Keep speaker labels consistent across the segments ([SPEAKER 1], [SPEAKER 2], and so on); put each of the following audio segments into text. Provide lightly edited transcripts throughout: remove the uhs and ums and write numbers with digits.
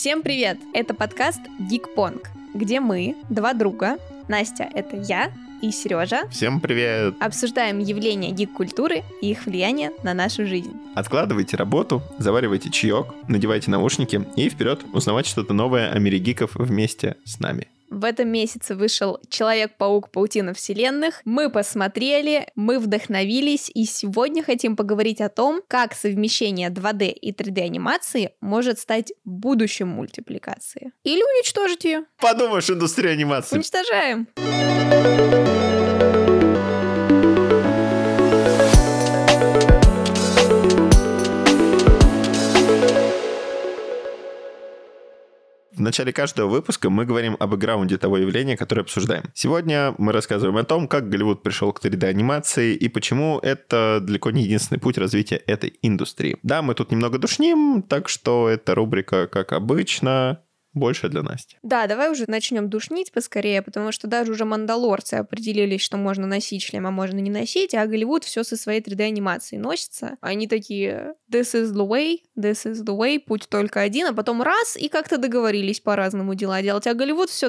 [SPEAKER 1] Всем привет! Это подкаст Geek-Pong, где мы, два друга, Настя — это я, и Сережа.
[SPEAKER 2] Всем привет!
[SPEAKER 1] Обсуждаем явления гик-культуры и их влияние на нашу жизнь.
[SPEAKER 2] Откладывайте работу, заваривайте чаек, надевайте наушники и вперед узнавать что-то новое о мире гиков вместе с нами.
[SPEAKER 1] В этом месяце вышел «Человек-паук. Паутина вселенных». Мы посмотрели, мы вдохновились, и сегодня хотим поговорить о том, как совмещение 2D и 3D-анимации может стать будущим мультипликации. Или уничтожить ее.
[SPEAKER 2] Подумаешь, индустрия анимации.
[SPEAKER 1] Уничтожаем.
[SPEAKER 2] В начале каждого выпуска мы говорим об бэкграунде того явления, которое обсуждаем. Сегодня мы рассказываем о том, как Голливуд пришел к 3D-анимации и почему это далеко не единственный путь развития этой индустрии. Да, мы тут немного душним, так что эта рубрика, как обычно, больше для Насти.
[SPEAKER 1] Да, давай уже начнем душнить поскорее, потому что даже уже мандалорцы определились, что можно носить шлем, а можно не носить, а Голливуд все со своей 3D-анимацией носится. Они такие: this is the way, путь только один, а потом раз, и как-то договорились по-разному дела делать. А Голливуд все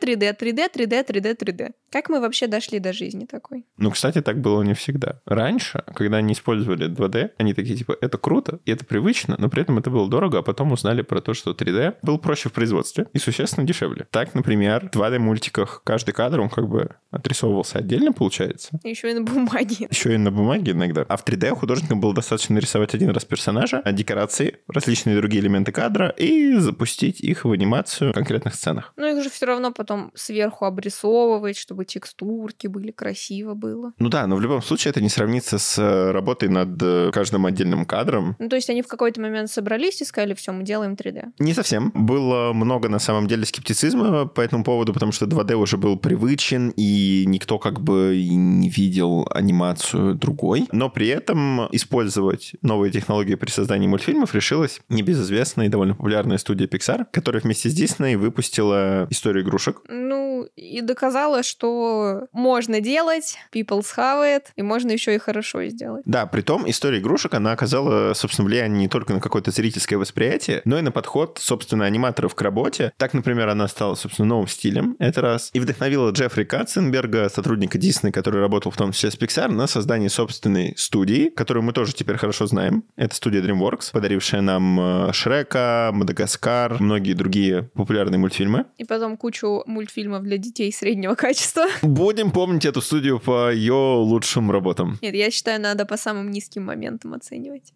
[SPEAKER 1] 3D. Как мы вообще дошли до жизни такой?
[SPEAKER 2] Ну, кстати, так было не всегда. Раньше, когда они использовали 2D, они такие, типа, это круто, и это привычно, но при этом это было дорого, а потом узнали про то, что 3D был проще в производстве и существенно дешевле. Так, например, в 2D-мультиках каждый кадр, он как бы отрисовывался отдельно, получается.
[SPEAKER 1] Еще и на бумаге.
[SPEAKER 2] Еще и на бумаге иногда. А в 3D художникам было достаточно нарисовать один раз персонажа, декорации, различные другие элементы кадра и запустить их в анимацию в конкретных сценах.
[SPEAKER 1] Но их же все равно потом сверху обрисовывать, чтобы текстурки были, красиво было.
[SPEAKER 2] Ну да, но в любом случае это не сравнится с работой над каждым отдельным кадром.
[SPEAKER 1] Ну то есть они в какой-то момент собрались и сказали: все, мы делаем 3D.
[SPEAKER 2] Не совсем. Было много на самом деле скептицизма по этому поводу, потому что 2D уже был привычен, и никто как бы и не видел анимацию другой. Но при этом использовать новые технологии при создании мультфильмов решилась небезызвестная и довольно популярная студия Pixar, которая вместе с Disney выпустила «Историю игрушек».
[SPEAKER 1] Ну, и доказала, что можно делать, people's have it, и можно еще и хорошо сделать.
[SPEAKER 2] Да, притом «История игрушек», она оказала, собственно, влияние не только на какое-то зрительское восприятие, но и на подход, собственно, аниматоров к работе. Так, например, она стала, собственно, новым стилем, это раз, и вдохновила Джеффри Катценберга, сотрудника Disney, который работал в том числе с Pixar, на создание собственной студии, которую мы тоже теперь хорошо знаем. Это студия DreamWorks, подарившая нам Шрека, Мадагаскар, многие другие популярные мультфильмы.
[SPEAKER 1] И потом кучу мультфильмов для детей среднего качества.
[SPEAKER 2] Будем помнить эту студию по ее лучшим работам.
[SPEAKER 1] Нет, я считаю, надо по самым низким моментам оценивать.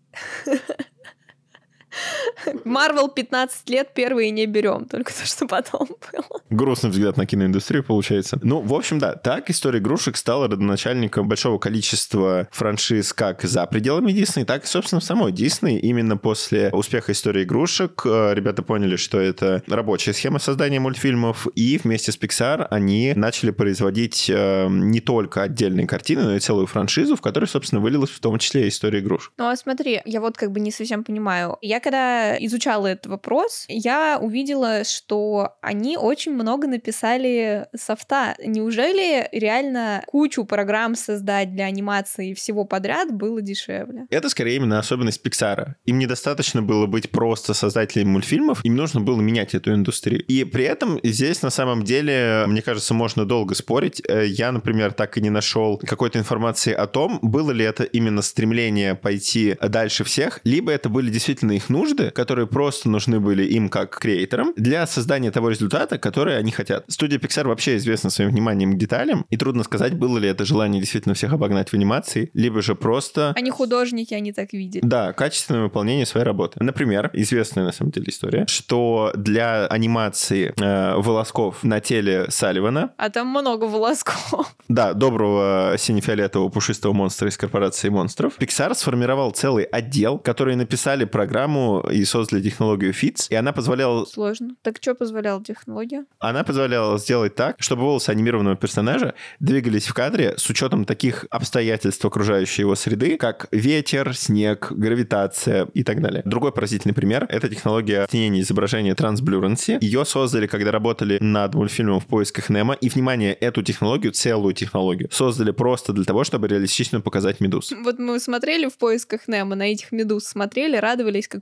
[SPEAKER 1] Марвел 15 лет первые не берем, только то, что потом было.
[SPEAKER 2] Грустный взгляд на киноиндустрию получается. Ну, в общем, да, так «История игрушек» стала родоначальником большого количества франшиз как за пределами Disney, так и, собственно, в самой Disney. Именно после успеха «Истории игрушек» ребята поняли, что это рабочая схема создания мультфильмов, и вместе с Pixar они начали производить не только отдельные картины, но и целую франшизу, в которой, собственно, вылилась в том числе «История игрушек».
[SPEAKER 1] Ну, а смотри, я вот как бы не совсем понимаю. Я когда изучала этот вопрос, я увидела, что они очень много написали софта. Неужели реально кучу программ создать для анимации всего подряд было дешевле?
[SPEAKER 2] Это скорее именно особенность Pixar. Им недостаточно было быть просто создателями мультфильмов, им нужно было менять эту индустрию. И при этом здесь на самом деле, мне кажется, можно долго спорить. Я, например, так и не нашел какой-то информации о том, было ли это именно стремление пойти дальше всех, либо это были действительно их нужды, которые просто нужны были им как креаторам для создания того результата, который они хотят. Студия Pixar вообще известна своим вниманием к деталям, и трудно сказать, было ли это желание действительно всех обогнать в анимации, либо же просто...
[SPEAKER 1] Они художники, они так видели.
[SPEAKER 2] Да, качественное выполнение своей работы. Например, известная на самом деле история, что для анимации волосков на теле Салливана...
[SPEAKER 1] А там много волосков.
[SPEAKER 2] Да, доброго сине-фиолетового пушистого монстра из корпорации монстров. Pixar сформировал целый отдел, которые написали программу и создали технологию FITS, и она позволяла...
[SPEAKER 1] Сложно. Так что позволяла технология?
[SPEAKER 2] Она позволяла сделать так, чтобы волосы анимированного персонажа двигались в кадре с учетом таких обстоятельств окружающей его среды, как ветер, снег, гравитация и так далее. Другой поразительный пример — это технология оттенения изображения Transblurency. Ее создали, когда работали над мультфильмом «В поисках Немо», и, внимание, эту технологию, целую технологию, создали просто для того, чтобы реалистично показать медуз.
[SPEAKER 1] Вот мы смотрели «В поисках Немо», на этих медуз смотрели, радовались, как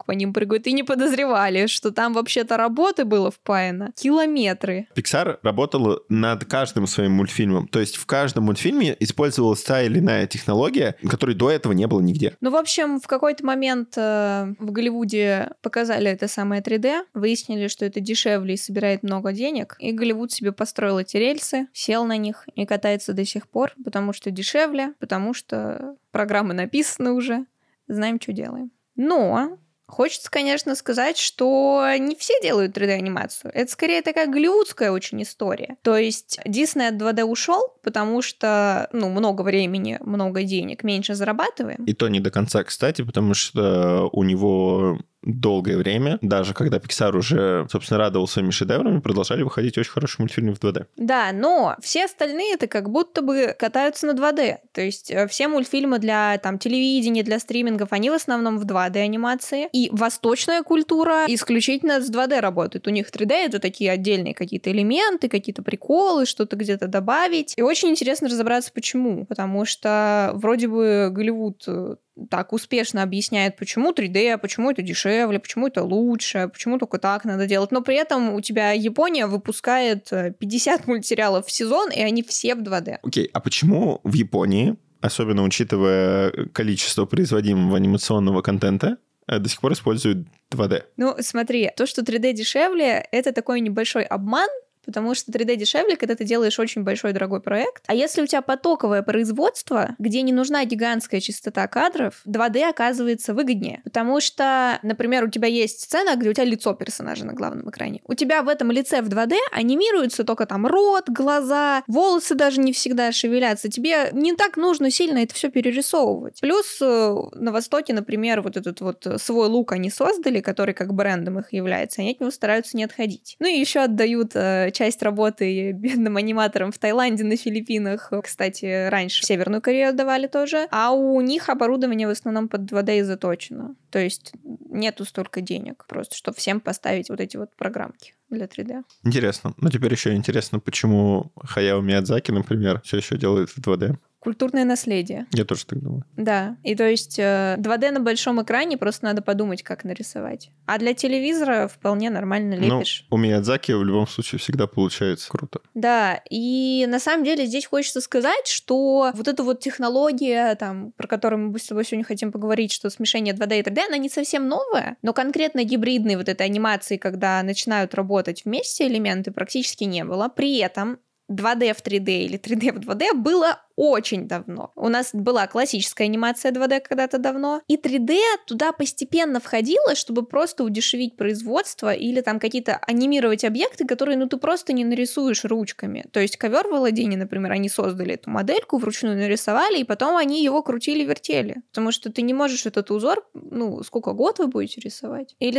[SPEAKER 1] по ним прыгают, и не подозревали, что там вообще-то работы было впаяно километры.
[SPEAKER 2] Pixar работала над каждым своим мультфильмом. То есть в каждом мультфильме использовалась та или иная технология, которой до этого не было нигде.
[SPEAKER 1] Ну, в общем, в какой-то момент в Голливуде показали это самое 3D, выяснили, что это дешевле и собирает много денег, и Голливуд себе построил эти рельсы, сел на них и катается до сих пор, потому что дешевле, потому что программы написаны уже, знаем, что делаем. Но хочется, конечно, сказать, что не все делают 3D-анимацию. Это скорее такая голливудская очень история. То есть Disney от 2D ушел, потому что, много времени, много денег, меньше зарабатываем.
[SPEAKER 2] И то не до конца, кстати, потому что у него долгое время, даже когда Pixar уже, собственно, радовал своими шедеврами, продолжали выходить очень хорошие мультфильмы в 2D.
[SPEAKER 1] Да, но все остальные-то как будто бы катаются на 2D. То есть все мультфильмы для телевидения, для стримингов, они в основном в 2D-анимации. И восточная культура исключительно с 2D работает. У них 3D — это такие отдельные какие-то элементы, какие-то приколы, что-то где-то добавить. И очень интересно разобраться, почему. Потому что вроде бы Голливуд так успешно объясняет, почему 3D, почему это дешевле, почему это лучше, почему только так надо делать. Но при этом у тебя Япония выпускает 50 мультсериалов в сезон, и они все в 2D.
[SPEAKER 2] Окей, а почему в Японии, особенно учитывая количество производимого анимационного контента, до сих пор используют 2D?
[SPEAKER 1] Ну, смотри, то, что 3D дешевле, это такой небольшой обман, потому что 3D дешевле, когда ты делаешь очень большой дорогой проект. А если у тебя потоковое производство, где не нужна гигантская частота кадров, 2D оказывается выгоднее. Потому что, например, у тебя есть сцена, где у тебя лицо персонажа на главном экране. У тебя в этом лице в 2D анимируется только рот, глаза, волосы даже не всегда шевелятся. Тебе не так нужно сильно это все перерисовывать. Плюс на Востоке, например, вот этот вот свой лук они создали, который как брендом их является, они от него стараются не отходить. Ну и еще отдают часть работы бедным аниматорам в Таиланде, на Филиппинах. Кстати, раньше в Северную Корею отдавали тоже. А у них оборудование в основном под 2D и заточено. То есть нету столько денег просто, чтобы всем поставить вот эти вот программки для 3D.
[SPEAKER 2] Интересно. Но теперь еще интересно, почему Хаяо Миядзаки, например, все еще делает в 2D.
[SPEAKER 1] Культурное наследие.
[SPEAKER 2] Я тоже так думаю.
[SPEAKER 1] Да. И то есть 2D на большом экране просто надо подумать, как нарисовать. А для телевизора вполне нормально лепишь.
[SPEAKER 2] У Миядзаки в любом случае всегда получается круто.
[SPEAKER 1] Да. И на самом деле здесь хочется сказать, что вот эта вот технология, про которую мы с тобой сегодня хотим поговорить, что смешение 2D и 3D, она не совсем новая, но конкретно гибридной вот этой анимации, когда начинают работать вместе элементы, практически не было. При этом 2D в 3D или 3D в 2D было очень давно. У нас была классическая анимация 2D когда-то давно, и 3D туда постепенно входило, чтобы просто удешевить производство или какие-то анимировать объекты, которые, ты просто не нарисуешь ручками. То есть ковер в Аладдине, например, они создали эту модельку, вручную нарисовали, и потом они его крутили-вертели. Потому что ты не можешь этот узор, сколько год вы будете рисовать? Или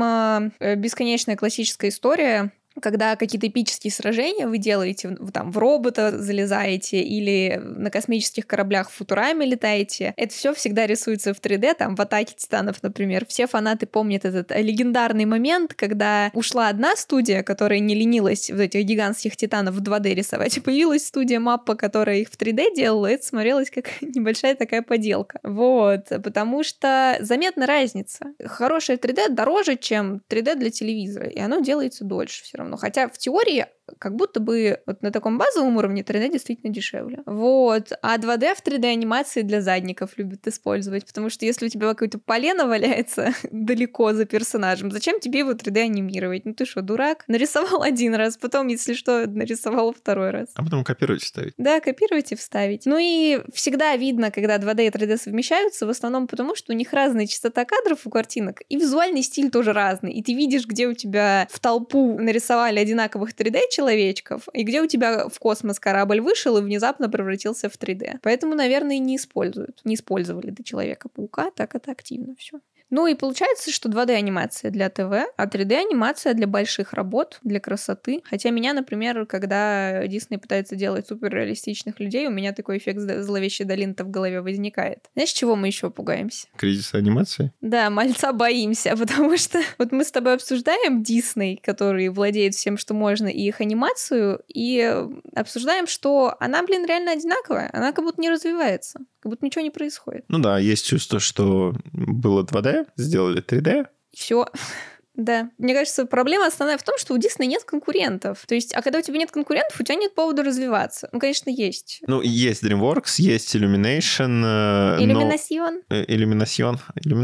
[SPEAKER 1] бесконечная классическая история, когда какие-то эпические сражения вы делаете, вы в робота залезаете или на космических кораблях в Футураме летаете, это все всегда рисуется в 3D, в «Атаке титанов», например. Все фанаты помнят этот легендарный момент, когда ушла одна студия, которая не ленилась вот этих гигантских титанов в 2D рисовать, и появилась студия Маппа, которая их в 3D делала, и это смотрелось как небольшая такая поделка. Вот, потому что заметна разница. Хорошее 3D дороже, чем 3D для телевизора, и оно делается дольше все равно. Хотя в теории как будто бы вот на таком базовом уровне 3D действительно дешевле. Вот. А 2D в 3D-анимации для задников любят использовать, потому что если у тебя какое-то полено валяется далеко за персонажем, зачем тебе его 3D-анимировать? Ты что, дурак? Нарисовал один раз, потом, если что, нарисовал второй раз.
[SPEAKER 2] А потом копировать и вставить.
[SPEAKER 1] Да, копировать и вставить. И всегда видно, когда 2D и 3D совмещаются, в основном потому, что у них разная частота кадров у картинок, и визуальный стиль тоже разный. И ты видишь, где у тебя в толпу нарисовали одинаковых 3D человечков, и где у тебя в космос корабль вышел и внезапно превратился в 3D. Поэтому, наверное, не использовали до Человека-паука так это активно все. И получается, что 2D-анимация для ТВ, а 3D-анимация для больших работ, для красоты. Хотя меня, например, когда Дисней пытается делать суперреалистичных людей, у меня такой эффект зловещей долины-то в голове возникает. Знаешь, чего мы еще пугаемся?
[SPEAKER 2] Кризис анимации?
[SPEAKER 1] Да, мальца боимся, потому что вот мы с тобой обсуждаем Дисней, который владеет всем, что можно, и их анимацию, и обсуждаем, что она, реально одинаковая, она как будто не развивается, как будто ничего не происходит.
[SPEAKER 2] Да, есть чувство, что было 2D, сделали 3D,
[SPEAKER 1] Все. Да. Мне кажется, проблема основная в том, что у Disney нет конкурентов. То есть, а когда у тебя нет конкурентов, у тебя нет повода развиваться. Ну, конечно, есть.
[SPEAKER 2] Ну, есть DreamWorks, есть Illumination. Illumination.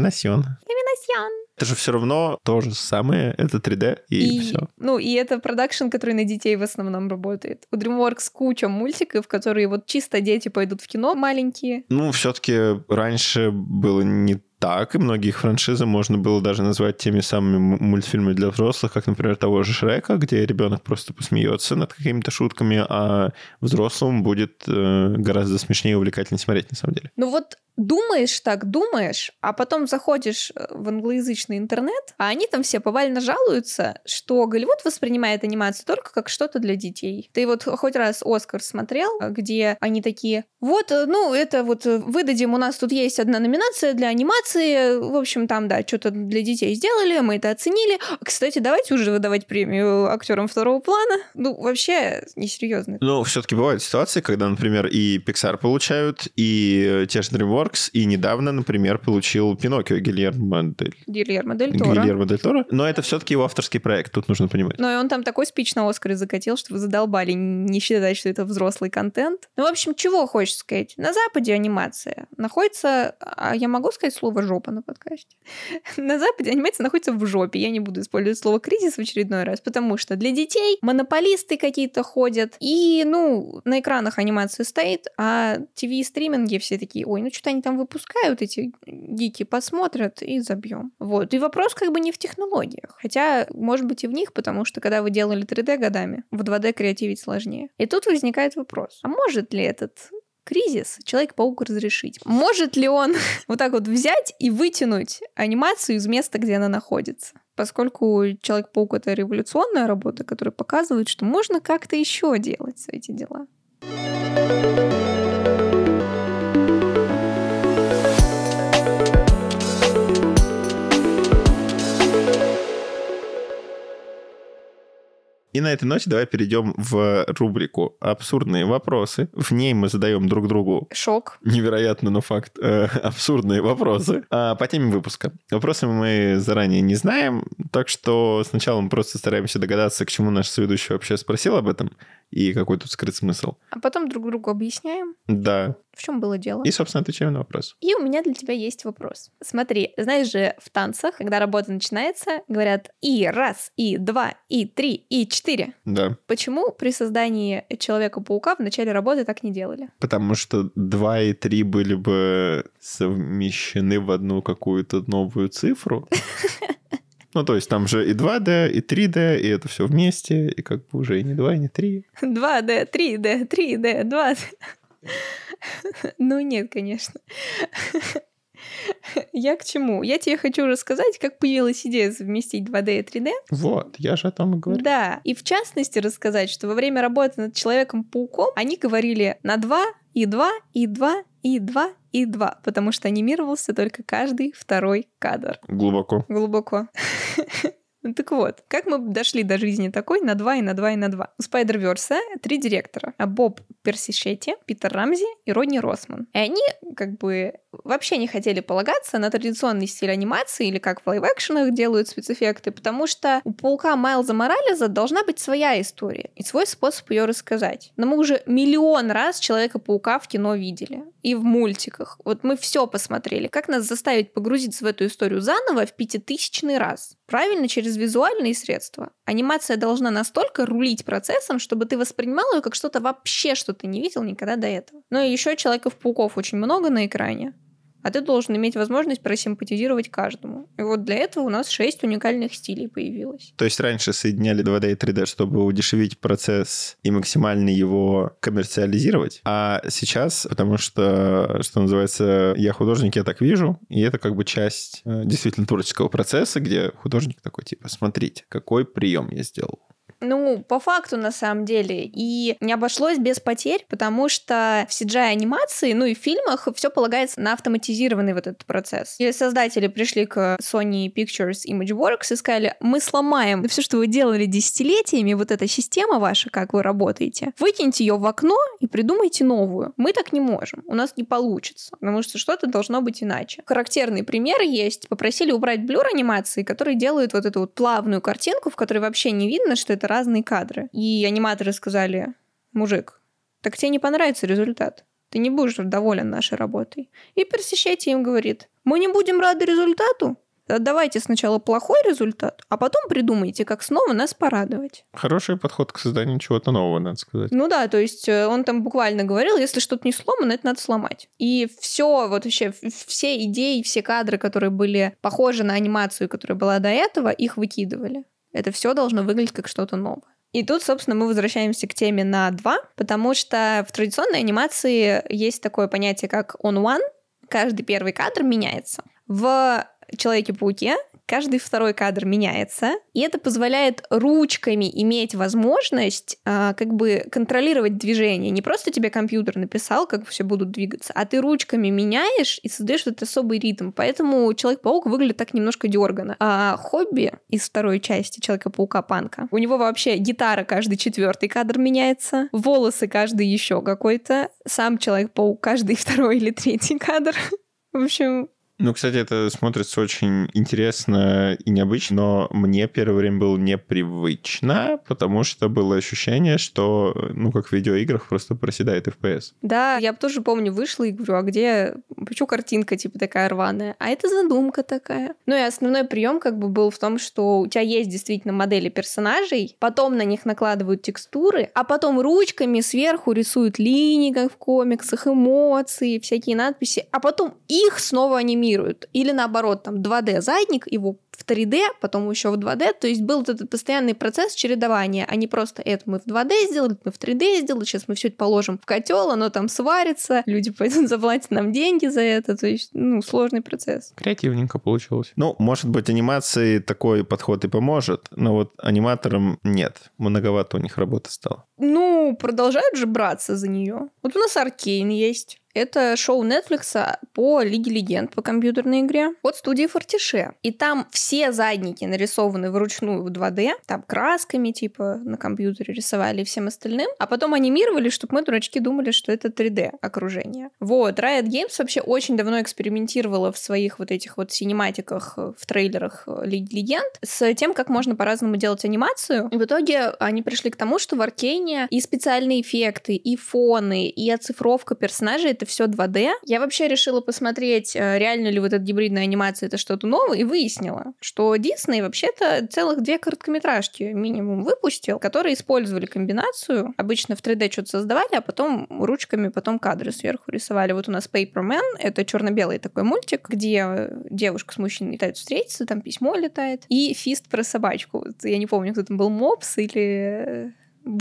[SPEAKER 2] Это же все равно то же самое, это 3D и все.
[SPEAKER 1] Ну, и это продакшн, который на детей в основном работает. У DreamWorks куча мультиков, которые вот чисто дети пойдут в кино маленькие.
[SPEAKER 2] Ну, все-таки раньше было не так, и многих франшизы можно было даже назвать теми самыми мультфильмами для взрослых, как, например, того же Шрека, где ребенок просто посмеется над какими-то шутками, а взрослым будет гораздо смешнее и увлекательнее смотреть, на самом деле.
[SPEAKER 1] Ну вот думаешь, а потом заходишь в англоязычный интернет, а они там все повально жалуются, что Голливуд воспринимает анимацию только как что-то для детей. Ты вот хоть раз «Оскар» смотрел, где они такие: вот, ну, это вот выдадим, у нас тут есть одна номинация для анимации, в общем, там, да, что-то для детей сделали, мы это оценили. Кстати, давайте уже выдавать премию актерам второго плана. Ну, вообще, несерьезно.
[SPEAKER 2] Ну, все-таки бывают ситуации, когда, например, и Pixar получают, и те же DreamWorks, и недавно, например, получил Пиноккио Гильермо дель Торо. Но это все-таки его авторский проект, тут нужно понимать.
[SPEAKER 1] Ну, и он там такой спич на Оскаре закатил, что вы задолбали не считать, что это взрослый контент. Ну, в общем, чего хочешь сказать? На Западе анимация находится... А я могу сказать слово «жопа» на подкасте? На Западе анимация находится в жопе. Я не буду использовать слово «кризис» в очередной раз, потому что для детей монополисты какие-то ходят, и, ну, на экранах анимация стоит, а ТВ-стриминги все такие: ой, ну что-то они там выпускают, эти гики посмотрят и забьем. Вот. И вопрос как бы не в технологиях. Хотя, может быть, и в них, потому что когда вы делали 3D годами, в 2D креативить сложнее. И тут возникает вопрос: а может ли этот кризис Человек-паук разрешить? Может ли он вот так вот взять и вытянуть анимацию из места, где она находится? Поскольку Человек-паук — это революционная работа, которая показывает, что можно как-то еще делать эти дела.
[SPEAKER 2] И на этой ноте давай перейдем в рубрику «Абсурдные вопросы». В ней мы задаем друг другу...
[SPEAKER 1] Шок.
[SPEAKER 2] Невероятно, но факт. Абсурдные вопросы по теме выпуска. Вопросы мы заранее не знаем, так что сначала мы просто стараемся догадаться, к чему наш соведущий вообще спросил об этом и какой тут скрыт смысл.
[SPEAKER 1] А потом друг другу объясняем.
[SPEAKER 2] Да.
[SPEAKER 1] В чем было дело?
[SPEAKER 2] И, собственно, отвечаем на вопрос.
[SPEAKER 1] И у меня для тебя есть вопрос. Смотри, знаешь же, в танцах, когда работа начинается, говорят и раз, и два, и три, и четыре.
[SPEAKER 2] Да.
[SPEAKER 1] Почему при создании Человека-паука в начале работы так не делали?
[SPEAKER 2] Потому что 2 и 3 были бы совмещены в одну какую-то новую цифру. Ну, то есть там же и 2D, и 3D, и это все вместе, и как бы уже и не 2, и не 3.
[SPEAKER 1] 2D, 3D, 3D, 2D. Ну, нет, конечно. Я к чему? Я тебе хочу рассказать, как появилась идея совместить 2D и 3D.
[SPEAKER 2] Вот, я же о том и говорю.
[SPEAKER 1] Да, и в частности рассказать, что во время работы над Человеком-пауком они говорили на 2, и 2, и 2, и 2, и 2, потому что анимировался только каждый второй кадр.
[SPEAKER 2] Глубоко.
[SPEAKER 1] Ну, так вот, как мы дошли до жизни такой на 2 и на 2 и на 2? У Spider-Verse 3 директора. Боб Персишетти, Питер Рамзи и Родни Росман. И они как бы вообще не хотели полагаться на традиционный стиль анимации или как в лайв-экшенах делают спецэффекты, потому что у Паука Майлза Моралеса должна быть своя история и свой способ ее рассказать. Но мы уже миллион раз Человека-паука в кино видели. И в мультиках. Вот мы все посмотрели. Как нас заставить погрузиться в эту историю заново в 5000-й раз? Правильно, через визуальные средства. Анимация должна настолько рулить процессом, чтобы ты воспринимал ее как что-то вообще, что ты не видел никогда до этого. Ну и еще Человеков-пауков очень много на экране. А ты должен иметь возможность просимпатизировать каждому. И вот для этого у нас 6 уникальных стилей появилось.
[SPEAKER 2] То есть раньше соединяли 2D и 3D, чтобы удешевить процесс и максимально его коммерциализировать. А сейчас, потому что называется, я художник, я так вижу, и это как бы часть действительно творческого процесса, где художник такой, типа, смотрите, какой прием я сделал.
[SPEAKER 1] Ну, по факту, на самом деле. И не обошлось без потерь, потому что в CGI-анимации, ну и в фильмах все полагается на автоматизированный вот этот процесс. И создатели пришли к Sony Pictures Imageworks и сказали, мы сломаем все, что вы делали десятилетиями, вот эта система ваша, как вы работаете, выкиньте ее в окно и придумайте новую. Мы так не можем, у нас не получится, потому что что-то должно быть иначе. Характерный пример есть. Попросили убрать блюр-анимации, которые делают вот эту вот плавную картинку, в которой вообще не видно, что это разные кадры. И аниматоры сказали, мужик, так тебе не понравится результат. Ты не будешь доволен нашей работой. И Перси Шетти им говорит, мы не будем рады результату, давайте сначала плохой результат, а потом придумайте, как снова нас порадовать.
[SPEAKER 2] Хороший подход к созданию чего-то нового, надо сказать.
[SPEAKER 1] Ну да, то есть он там буквально говорил, если что-то не сломано, это надо сломать. И все, вот вообще все идеи, все кадры, которые были похожи на анимацию, которая была до этого, их выкидывали. Это все должно выглядеть как что-то новое. И тут, собственно, мы возвращаемся к теме на 2, потому что в традиционной анимации есть такое понятие, как on-one. Каждый первый кадр меняется. В Человеке-пауке каждый второй кадр меняется, и это позволяет ручками иметь возможность как бы контролировать движение. Не просто тебе компьютер написал, как все будут двигаться, а ты ручками меняешь и создаешь этот особый ритм. Поэтому Человек-паук выглядит так немножко дёрганно. А Хобби из второй части Человека-паука Панка, у него вообще гитара каждый четвертый кадр меняется, волосы каждый еще какой-то, сам Человек-паук каждый второй или третий кадр. В общем...
[SPEAKER 2] Ну, кстати, это смотрится очень интересно и необычно, но мне первое время было непривычно, потому что было ощущение, что, ну, как в видеоиграх, просто проседает FPS.
[SPEAKER 1] Да, я тоже помню, вышла и говорю, а где, почему картинка типа такая рваная? А это задумка такая. Ну и основной прием как бы был в том, что у тебя есть действительно модели персонажей, потом на них накладывают текстуры, а потом ручками сверху рисуют линии, как в комиксах, эмоции, всякие надписи, а потом их снова анимируют. Или наоборот, там 2D задник, его в 3D, потом еще в 2D. То есть был вот этот постоянный процесс чередования, а не просто это мы в 2D сделали, мы в 3D сделали, сейчас мы все это положим в котел, оно там сварится, люди пойдут заплатят нам деньги за это. То есть, ну, сложный процесс.
[SPEAKER 2] Креативненько получилось. Ну, может быть, анимации такой подход и поможет, но вот аниматорам нет. Многовато у них работы стало.
[SPEAKER 1] Ну, продолжают же браться за нее. Вот у нас Аркейн есть. Это шоу Netflix по Лиге Легенд, по компьютерной игре, от студии Фортише. И там все задники нарисованы вручную в 2D, там красками типа на компьютере рисовали и всем остальным, а потом анимировали, чтобы мы, дурачки, думали, что это 3D окружение. Вот, Riot Games вообще очень давно экспериментировала в своих вот этих вот синематиках, в трейлерах Лиги Легенд с тем, как можно по-разному делать анимацию. И в итоге они пришли к тому, что в Аркейне и специальные эффекты, и фоны, и оцифровка персонажей — это все 2D. Я вообще решила посмотреть, реально ли вот эта гибридная анимация — это что-то новое, и выяснила, что Disney вообще-то целых 2 короткометражки минимум выпустил, которые использовали комбинацию. Обычно в 3D что-то создавали, а потом ручками потом кадры сверху рисовали. Вот у нас Paper Man — это черно-белый такой мультик, где девушка с мужчиной летают встретиться, там письмо летает, и Фист про собачку. Вот я не помню, кто там был, Мопс или...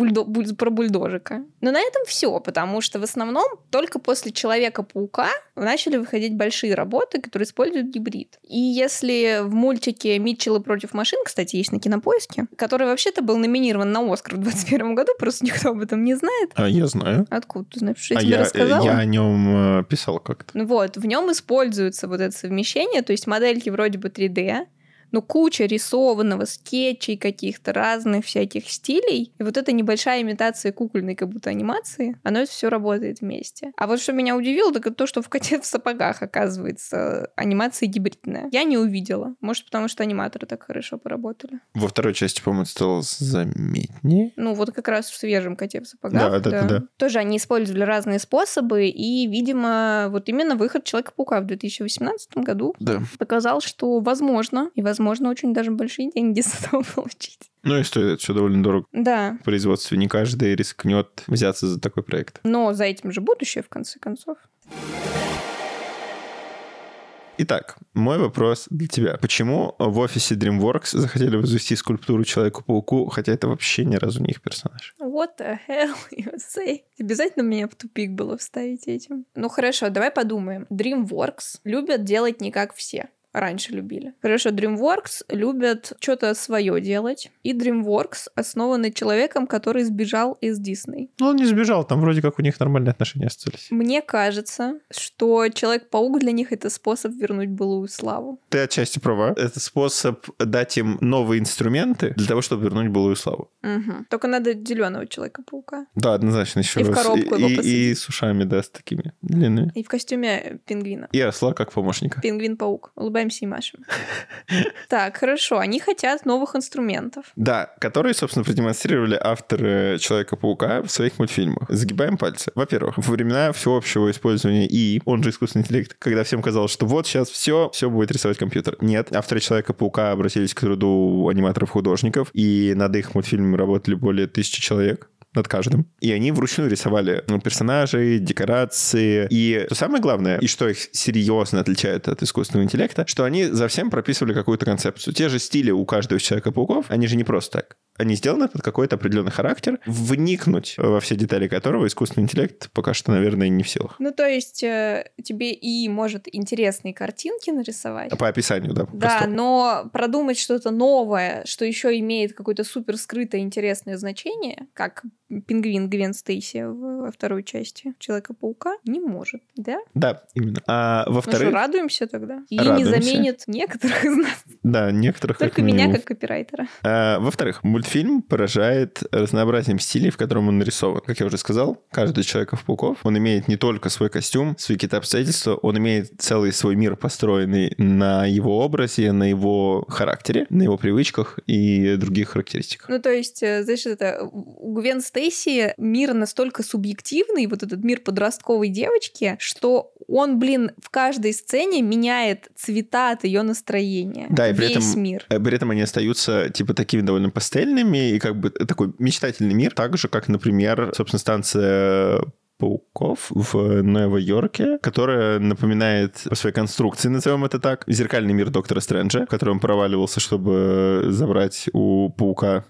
[SPEAKER 1] про бульдожика. Но на этом все, потому что в основном только после Человека-паука начали выходить большие работы, которые используют гибрид. И если в мультике «Митчеллы против машин», кстати, есть на Кинопоиске, который вообще-то был номинирован на Оскар в 2021 году, просто никто об этом не знает.
[SPEAKER 2] А я знаю.
[SPEAKER 1] Откуда ты знаешь, что я тебе рассказала?
[SPEAKER 2] Я о нем писал как-то.
[SPEAKER 1] Вот, в нем используется вот это совмещение, то есть модельки вроде бы 3D, но куча рисованного, скетчей каких-то разных всяких стилей. И вот эта небольшая имитация кукольной как будто анимации, оно все работает вместе. А вот что меня удивило, так это то, что в «Коте в сапогах», оказывается, анимация гибридная. Я не увидела. Может, потому что аниматоры так хорошо поработали.
[SPEAKER 2] Во второй части, по-моему, стало заметнее.
[SPEAKER 1] Ну, вот как раз в свежем «Коте в сапогах».
[SPEAKER 2] Да.
[SPEAKER 1] Тоже они использовали разные способы, и, видимо, вот именно выход Человека-паука в 2018 году показал, что возможно, и возможно, очень даже большие деньги с этого получить.
[SPEAKER 2] Ну и стоит это все довольно дорого.
[SPEAKER 1] Да.
[SPEAKER 2] В производстве не каждый рискнет взяться за такой проект.
[SPEAKER 1] Но за этим же будущее, в конце концов.
[SPEAKER 2] Итак, мой вопрос для тебя. Почему в офисе DreamWorks захотели возвести скульптуру Человеку-пауку, хотя это вообще ни разу не их персонаж?
[SPEAKER 1] What the hell you say? Обязательно меня в тупик было вставить этим. Ну хорошо, давай подумаем. DreamWorks любят делать не как все. раньше любили. Хорошо, DreamWorks любят что-то свое делать. И DreamWorks основаны человеком, который сбежал из Disney.
[SPEAKER 2] Ну, он не сбежал, там вроде как у них нормальные отношения остались.
[SPEAKER 1] Мне кажется, что Человек-паук для них — это способ вернуть былую славу.
[SPEAKER 2] Ты отчасти права. Это способ дать им новые инструменты для того, чтобы вернуть былую славу.
[SPEAKER 1] Угу. Только надо зеленого Человека-паука.
[SPEAKER 2] Да, однозначно еще
[SPEAKER 1] И
[SPEAKER 2] раз.
[SPEAKER 1] в коробку его посадить.
[SPEAKER 2] И с ушами, да, с такими длинными.
[SPEAKER 1] И в костюме пингвина.
[SPEAKER 2] И осла как помощника.
[SPEAKER 1] Пингвин-паук. Улыбаемся и машем. Так, хорошо. Они хотят новых инструментов.
[SPEAKER 2] Да, которые, собственно, продемонстрировали авторы Человека-паука в своих мультфильмах. Загибаем пальцы. Во-первых, во времена всеобщего использования ИИ, он же искусственный интеллект, когда всем казалось, что вот сейчас все будет рисовать компьютер. Нет, авторы Человека-паука обратились к труду аниматоров-художников, и над их мультфильмами работали более 1000 человек. Над каждым. И они вручную рисовали персонажей, декорации. И что самое главное, и что их серьезно отличает от искусственного интеллекта, что они за всем прописывали какую-то концепцию. Те же стили у каждого из Человека-пауков, они же не просто так. Они сделаны под какой-то определенный характер, вникнуть во все детали которого искусственный интеллект пока что, наверное, не в силах.
[SPEAKER 1] Ну, то есть тебе ИИ может интересные картинки нарисовать.
[SPEAKER 2] По описанию, да.
[SPEAKER 1] Да,
[SPEAKER 2] просто.
[SPEAKER 1] но продумать что-то новое, что еще имеет какое-то супер скрытое интересное значение, как пингвин Гвен Стейси во второй части Человека-паука, не может, да?
[SPEAKER 2] Да, именно. А
[SPEAKER 1] Ну
[SPEAKER 2] во-вторых...
[SPEAKER 1] что, радуемся тогда? И не
[SPEAKER 2] Радуемся.
[SPEAKER 1] заменит некоторых из нас.
[SPEAKER 2] Да, некоторых
[SPEAKER 1] Только
[SPEAKER 2] как
[SPEAKER 1] меня
[SPEAKER 2] минимум.
[SPEAKER 1] как копирайтера.
[SPEAKER 2] Во-вторых, мультфильм поражает разнообразием стилей, в котором он нарисован. Как я уже сказал, каждый из Человеков-пауков, он имеет не только свой костюм, свои какие-то обстоятельства, он имеет целый свой мир, построенный на его образе, на его характере, на его привычках и других характеристиках.
[SPEAKER 1] Ну, то есть, знаешь, это у Гвен Стейси мир настолько субъективный, вот этот мир подростковой девочки, что он, в каждой сцене меняет цвета от ее настроения.
[SPEAKER 2] Да, и
[SPEAKER 1] весь мир.
[SPEAKER 2] При этом они остаются, типа, такими довольно пастельными, и как бы такой мечтательный мир, так же, как, например, собственно, станция пауков в Нью-Йорке, которая напоминает по своей конструкции, назовем это так, зеркальный мир Доктора Стрэнджа, в который он проваливался, чтобы забрать у паука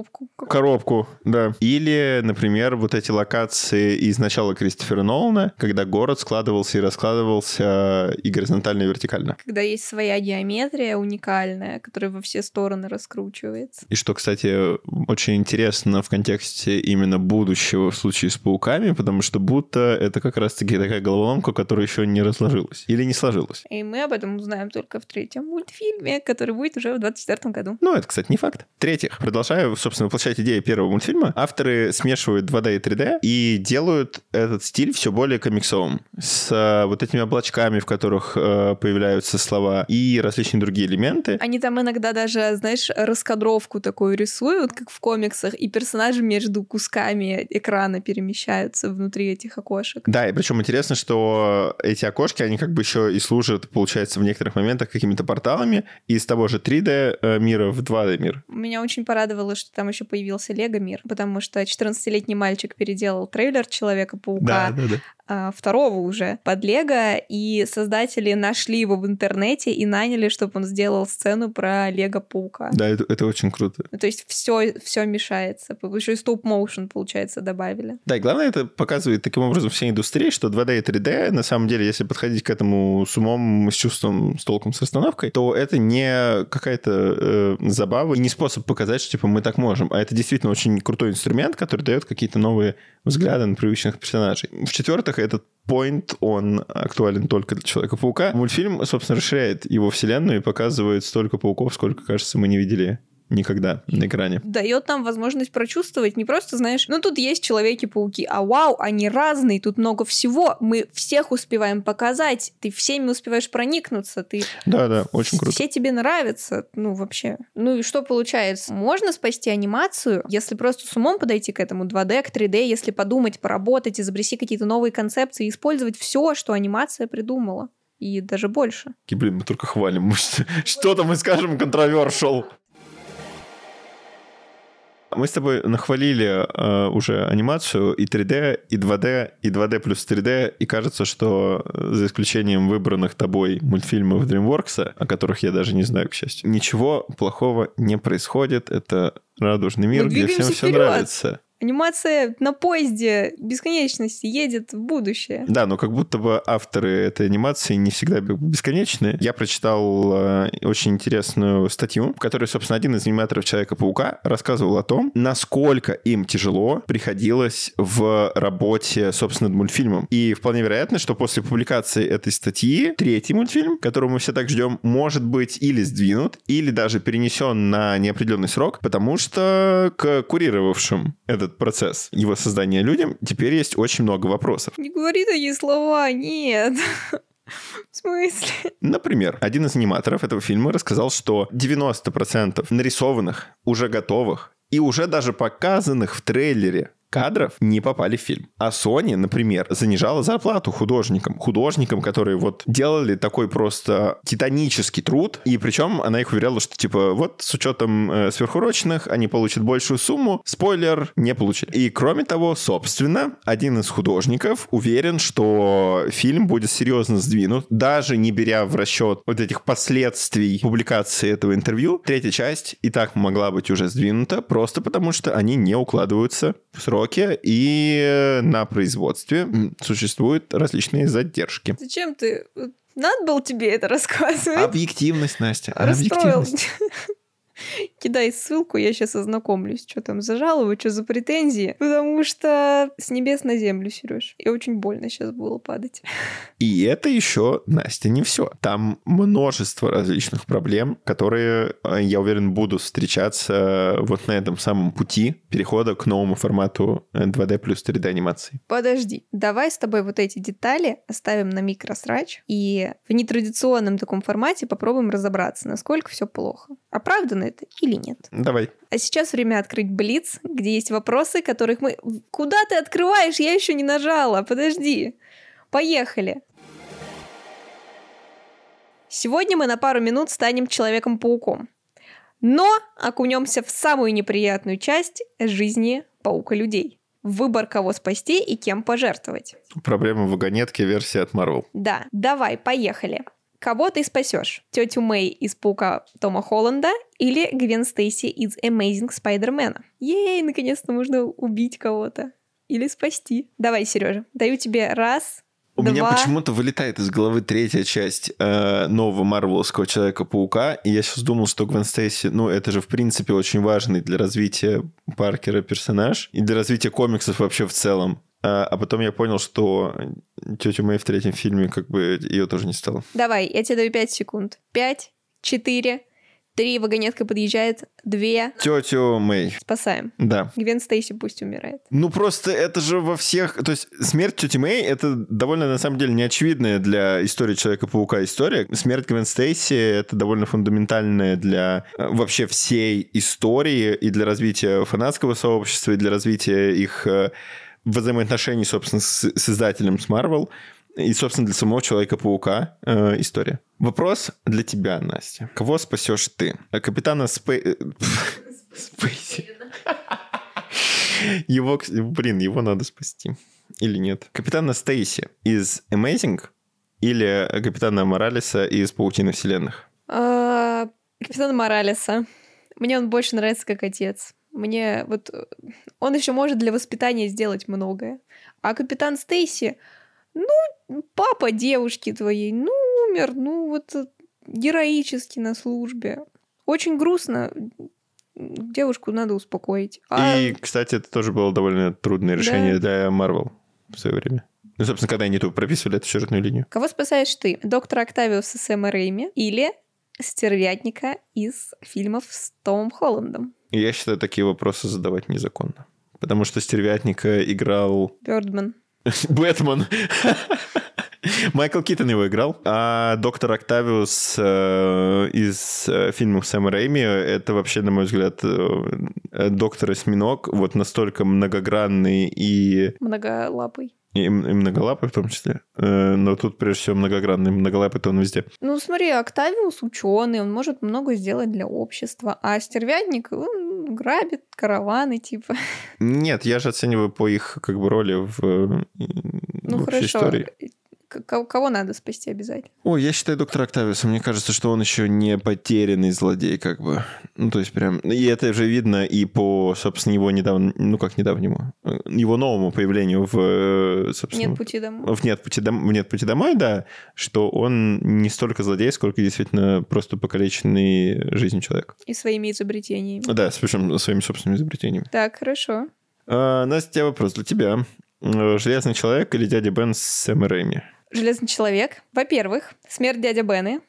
[SPEAKER 2] коробку, да. Или, например, вот эти локации из начала Кристофера Нолана, когда город складывался и раскладывался и горизонтально, и вертикально.
[SPEAKER 1] Когда есть своя геометрия уникальная, которая во все стороны раскручивается.
[SPEAKER 2] И что, кстати, очень интересно в контексте именно будущего в случае с пауками, потому что будто это как раз-таки такая головоломка, которая еще не разложилась. Или не сложилась.
[SPEAKER 1] И мы об этом узнаем только в 3-м мультфильме, который будет уже в 2024 году.
[SPEAKER 2] Ну, это, кстати, не факт. В-третьих, продолжая, собственно, воплощать идею первого мультфильма, авторы смешивают 2D и 3D и делают этот стиль все более комиксовым. С вот этими облачками, в которых появляются слова, и различные другие элементы.
[SPEAKER 1] Они там иногда даже, знаешь, раскадровку такую рисуют, как в комиксах, и персонажи между кусками экрана перемещаются внутри этих окошек.
[SPEAKER 2] Да, и причем интересно, что эти окошки, они как бы еще и служат, получается, в некоторых моментах какими-то порталами из того же 3D мира в 2D мир.
[SPEAKER 1] Меня очень порадовало, что там еще появился Лего-мир, потому что 14-летний мальчик переделал трейлер Человека-паука, второго уже, под Лего, и создатели нашли его в интернете и наняли, чтобы он сделал сцену про Лего-паука.
[SPEAKER 2] Да, это очень круто.
[SPEAKER 1] То есть все мешается. Еще и стоп-моушен, получается, добавили.
[SPEAKER 2] Да, и главное, это показывает таким образом всей индустрии, что 2D и 3D, на самом деле, если подходить к этому с умом, с чувством, с толком, с расстановкой, то это не какая-то забава и не способ показать, что типа мы так можем, а это действительно очень крутой инструмент, который дает какие-то новые взгляды на привычных персонажей. В-четвертых, этот point, он актуален только для Человека-паука. Мультфильм, собственно, расширяет его вселенную и показывает столько пауков, сколько, кажется, мы не видели никогда на экране.
[SPEAKER 1] Дает нам возможность прочувствовать, не просто, знаешь, ну тут есть Человеки-пауки, а вау, они разные, тут много всего, мы всех успеваем показать, ты всеми успеваешь проникнуться, ты...
[SPEAKER 2] Да, очень круто.
[SPEAKER 1] Все тебе нравятся, ну вообще. Ну и что получается? Можно спасти анимацию, если просто с умом подойти к этому 2D, к 3D, если подумать, поработать, изобрести какие-то новые концепции, использовать все, что анимация придумала. И даже больше.
[SPEAKER 2] Блин, мы только хвалим. Что-то мы скажем controversial. Мы с тобой нахвалили уже анимацию и 3D, и 2D, и 2D плюс 3D, и кажется, что за исключением выбранных тобой мультфильмов DreamWorks, о которых я даже не знаю, к счастью, ничего плохого не происходит. Это радужный мир, где всем все нравится.
[SPEAKER 1] Анимация на поезде бесконечности едет в будущее.
[SPEAKER 2] Да, но как будто бы авторы этой анимации не всегда бесконечны. Я прочитал очень интересную статью, в которой, собственно, один из аниматоров Человека-паука рассказывал о том, насколько им тяжело приходилось в работе, собственно, над мультфильмом. И вполне вероятно, что после публикации этой статьи третий мультфильм, которого мы все так ждем, может быть или сдвинут, или даже перенесен на неопределенный срок, потому что к курировавшим этот процесс его создания людям теперь есть очень много вопросов.
[SPEAKER 1] Не говори такие слова, нет. В смысле?
[SPEAKER 2] Например, один из аниматоров этого фильма рассказал, что 90% нарисованных, уже готовых и уже даже показанных в трейлере кадров не попали в фильм. А Sony, например, занижала зарплату художникам, которые вот делали такой просто титанический труд, и причем она их уверяла, что типа вот с учетом сверхурочных они получат большую сумму, спойлер, не получили. И кроме того, собственно, один из художников уверен, что фильм будет серьезно сдвинут, даже не беря в расчет вот этих последствий публикации этого интервью. Третья часть и так могла быть уже сдвинута, просто потому что они не укладываются в срок, и на производстве существуют различные задержки.
[SPEAKER 1] Зачем ты? Надо было тебе это рассказывать?
[SPEAKER 2] Объективность, Настя.
[SPEAKER 1] Расстроил.
[SPEAKER 2] Объективность.
[SPEAKER 1] Кидай ссылку, я сейчас ознакомлюсь, что там за жалобы, что за претензии, потому что с небес на землю, Сереж. И очень больно сейчас было падать.
[SPEAKER 2] И это еще, Настя, не все. Там множество различных проблем, которые, я уверен, будут встречаться вот на этом самом пути перехода к новому формату 2D плюс 3D анимации.
[SPEAKER 1] Подожди, давай с тобой вот эти детали оставим на микросрач и в нетрадиционном таком формате попробуем разобраться, насколько все плохо. Оправдано это или нет?
[SPEAKER 2] Давай.
[SPEAKER 1] А сейчас время открыть Блиц, где есть вопросы, которых мы... Куда ты открываешь? Я еще не нажала. Подожди. Поехали. Сегодня мы на пару минут станем Человеком-пауком. Но окунемся в самую неприятную часть жизни паука-людей. Выбор, кого спасти и кем пожертвовать.
[SPEAKER 2] Проблема в вагонетке, версия от Marvel.
[SPEAKER 1] Да, давай, поехали. Кого ты спасешь? Тетю Мэй из «Паука» Тома Холланда или Гвен Стейси из Amazing Spider-Man? Ей, наконец-то можно убить кого-то. Или спасти. Давай, Сережа, даю тебе раз,
[SPEAKER 2] У
[SPEAKER 1] два...
[SPEAKER 2] меня почему-то вылетает из головы третья часть нового марвеловского Человека-паука, и я сейчас думал, что Гвен Стейси, ну, это же, в принципе, очень важный для развития Паркера персонаж и для развития комиксов вообще в целом. А потом я понял, что тетю Мэй в третьем фильме, как бы, ее тоже не стало.
[SPEAKER 1] Давай, я тебе даю 5 секунд. 5, 4, 3, вагонетка подъезжает, 2.
[SPEAKER 2] Тетю Мэй.
[SPEAKER 1] Спасаем.
[SPEAKER 2] Да.
[SPEAKER 1] Гвен Стейси пусть умирает.
[SPEAKER 2] Ну, просто это же во всех... То есть смерть тети Мэй — это довольно, на самом деле, неочевидная для истории Человека-паука история. Смерть Гвен Стейси — это довольно фундаментальная для вообще всей истории и для развития фанатского сообщества, и для развития их взаимоотношений, собственно, с издателем, с Marvel, и, собственно, для самого Человека-паука история. Вопрос для тебя, Настя. Кого спасешь ты? Капитана Спейси. Его надо спасти. Или нет? Капитана Стейси из Amazing или Капитана Моралеса из Паутины вселенных?
[SPEAKER 1] Капитана Моралеса. Мне он больше нравится как отец. Мне вот... Он еще может для воспитания сделать многое. А Капитан Стейси... Ну, папа девушки твоей, ну, умер, ну, вот героически на службе. Очень грустно. Девушку надо успокоить.
[SPEAKER 2] И, кстати, это тоже было довольно трудное решение для Marvel в свое время. Ну, собственно, когда они тут прописывали эту сюжетную линию.
[SPEAKER 1] Кого спасаешь ты? Доктора Октавиуса Сэма Рэйми или Стервятника из фильмов с Томом Холландом?
[SPEAKER 2] Я считаю, такие вопросы задавать незаконно. Потому что Стервятника играл...
[SPEAKER 1] Бёрдман.
[SPEAKER 2] Бэтмен. Майкл Китон его играл. А доктор Октавиус из фильмов Сэма Рэйми — это вообще, на мой взгляд, доктор-осьминог, вот настолько многогранный и...
[SPEAKER 1] Многолапый.
[SPEAKER 2] И многолапый в том числе. Но тут, прежде всего, многогранный. Многолапый-то он везде.
[SPEAKER 1] Ну, смотри, Октавиус ученый, он может много сделать для общества. А Стервятник, он грабит караваны, типа.
[SPEAKER 2] Нет, я же оцениваю по их как бы роли в
[SPEAKER 1] ну,
[SPEAKER 2] общей
[SPEAKER 1] хорошо.
[SPEAKER 2] истории.
[SPEAKER 1] Кого надо спасти обязательно?
[SPEAKER 2] Ой, я считаю доктора Октавиуса. Мне кажется, что он еще не потерянный злодей, как бы. Ну, то есть прям... И это же видно и по, собственно, его недавно... Ну, как недавнему? Его новому появлению в, собственно...
[SPEAKER 1] «Нет пути домой».
[SPEAKER 2] В «Нет пути домой», да. Что он не столько злодей, сколько действительно просто покалеченный жизнью человек.
[SPEAKER 1] И своими изобретениями.
[SPEAKER 2] Да, причем своими собственными изобретениями.
[SPEAKER 1] Так, хорошо.
[SPEAKER 2] Настя, у тебя вопрос для тебя. «Железный человек» или «Дядя Бен» с Сэм Рэйми?
[SPEAKER 1] «Железный человек». Во-первых, смерть дяди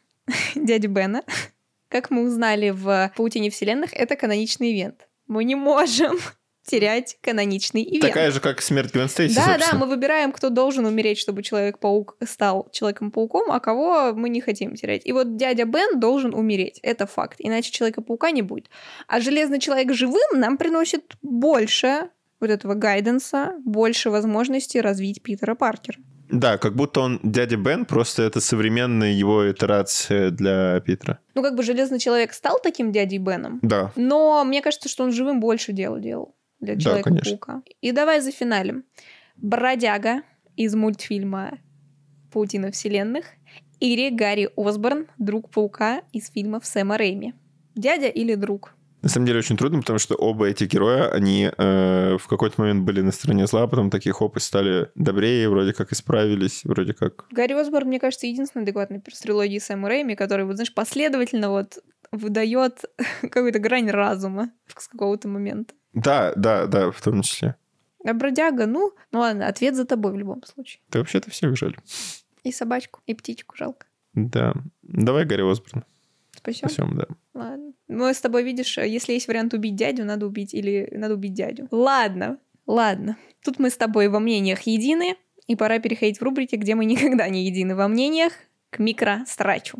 [SPEAKER 1] Бена, как мы узнали в «Паутине вселенных», это каноничный ивент. Мы не можем терять каноничный ивент.
[SPEAKER 2] Такая же, как смерть Гвен Стейси,
[SPEAKER 1] Да,
[SPEAKER 2] собственно.
[SPEAKER 1] мы выбираем, кто должен умереть, чтобы Человек-паук стал Человеком-пауком, а кого мы не хотим терять. И вот дядя Бен должен умереть. Это факт. Иначе Человека-паука не будет. А Железный человек живым нам приносит больше вот этого гайденса, больше возможностей развить Питера Паркера.
[SPEAKER 2] Да, как будто он дядя Бен, просто это современная его итерация для Питера.
[SPEAKER 1] Ну, как бы Железный человек стал таким дядей Беном,
[SPEAKER 2] Да.
[SPEAKER 1] но мне кажется, что он живым больше дела делал для
[SPEAKER 2] Да,
[SPEAKER 1] Человека-паука. И давай зафиналим. Бродяга из мультфильма «Паутина вселенных» или Гарри Осборн, друг паука из фильмов Сэма Рэйми. Дядя или друг?
[SPEAKER 2] На самом деле очень трудно, потому что оба эти героя, они в какой-то момент были на стороне зла, потом такие хоп и стали добрее, вроде как исправились, вроде как...
[SPEAKER 1] Гарри Осборн, мне кажется, единственный адекватный перс трилогии Сэма Рэйми, который, вот, знаешь, последовательно вот выдает какую-то грань разума с какого-то момента.
[SPEAKER 2] Да, в том числе.
[SPEAKER 1] А бродяга, ну ладно, ответ за тобой в любом случае.
[SPEAKER 2] Да вообще-то всех жаль.
[SPEAKER 1] И собачку, и птичку жалко.
[SPEAKER 2] Да. Давай Гарри Осборн.
[SPEAKER 1] Спасибо.
[SPEAKER 2] Да.
[SPEAKER 1] Ладно. Мы с тобой, видишь, если есть вариант убить дядю, надо убить дядю. Ладно. Тут мы с тобой во мнениях едины, и пора переходить в рубрике, где мы никогда не едины во мнениях, к микросрачу.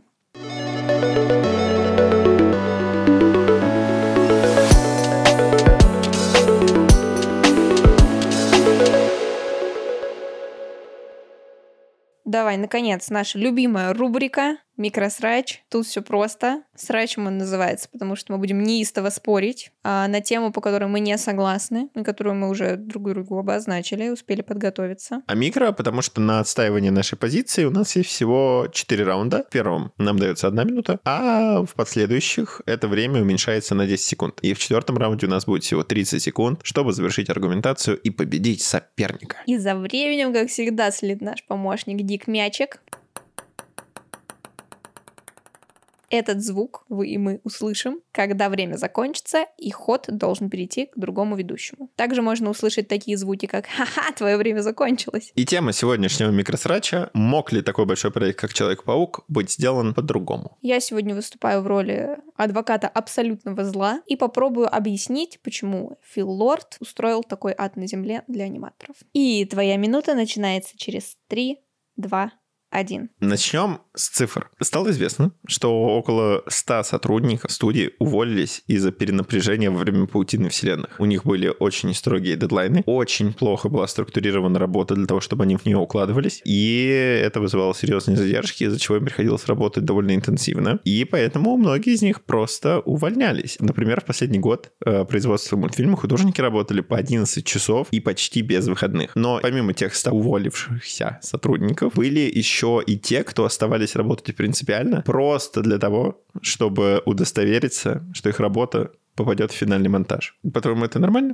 [SPEAKER 1] Давай, наконец, наша любимая рубрика «Микросрач». Тут все просто. Срачем он называется, потому что мы будем неистово спорить на тему, по которой мы не согласны, и которую мы уже друг другу обозначили, успели подготовиться.
[SPEAKER 2] А микро, потому что на отстаивание нашей позиции у нас есть всего 4 раунда. В первом нам дается 1 минута, а в последующих это время уменьшается на 10 секунд. И в 4-м раунде у нас будет всего 30 секунд, чтобы завершить аргументацию и победить соперника.
[SPEAKER 1] И за временем, как всегда, следит наш помощник Дик Мячик. Этот звук вы и мы услышим, когда время закончится, и ход должен перейти к другому ведущему. Также можно услышать такие звуки, как «Ха-ха, твое время закончилось».
[SPEAKER 2] И тема сегодняшнего микросрача: мог ли такой большой проект, как Человек-паук, быть сделан по-другому?
[SPEAKER 1] Я сегодня выступаю в роли адвоката абсолютного зла и попробую объяснить, почему Фил Лорд устроил такой ад на земле для аниматоров. И твоя минута начинается через 3, 2, 1.
[SPEAKER 2] Начнем с цифр. Стало известно, что около 100 сотрудников студии уволились из-за перенапряжения во время «Паутины вселенных». У них были очень строгие дедлайны, очень плохо была структурирована работа для того, чтобы они в нее укладывались, и это вызывало серьезные задержки, из-за чего им приходилось работать довольно интенсивно, и поэтому многие из них просто увольнялись. Например, в последний год производства мультфильма художники работали по 11 часов и почти без выходных. Но помимо тех 100 уволившихся сотрудников, были еще и те, кто оставались работать принципиально, просто для того, чтобы удостовериться, что их работа попадет в финальный монтаж. По-твоему, это нормально?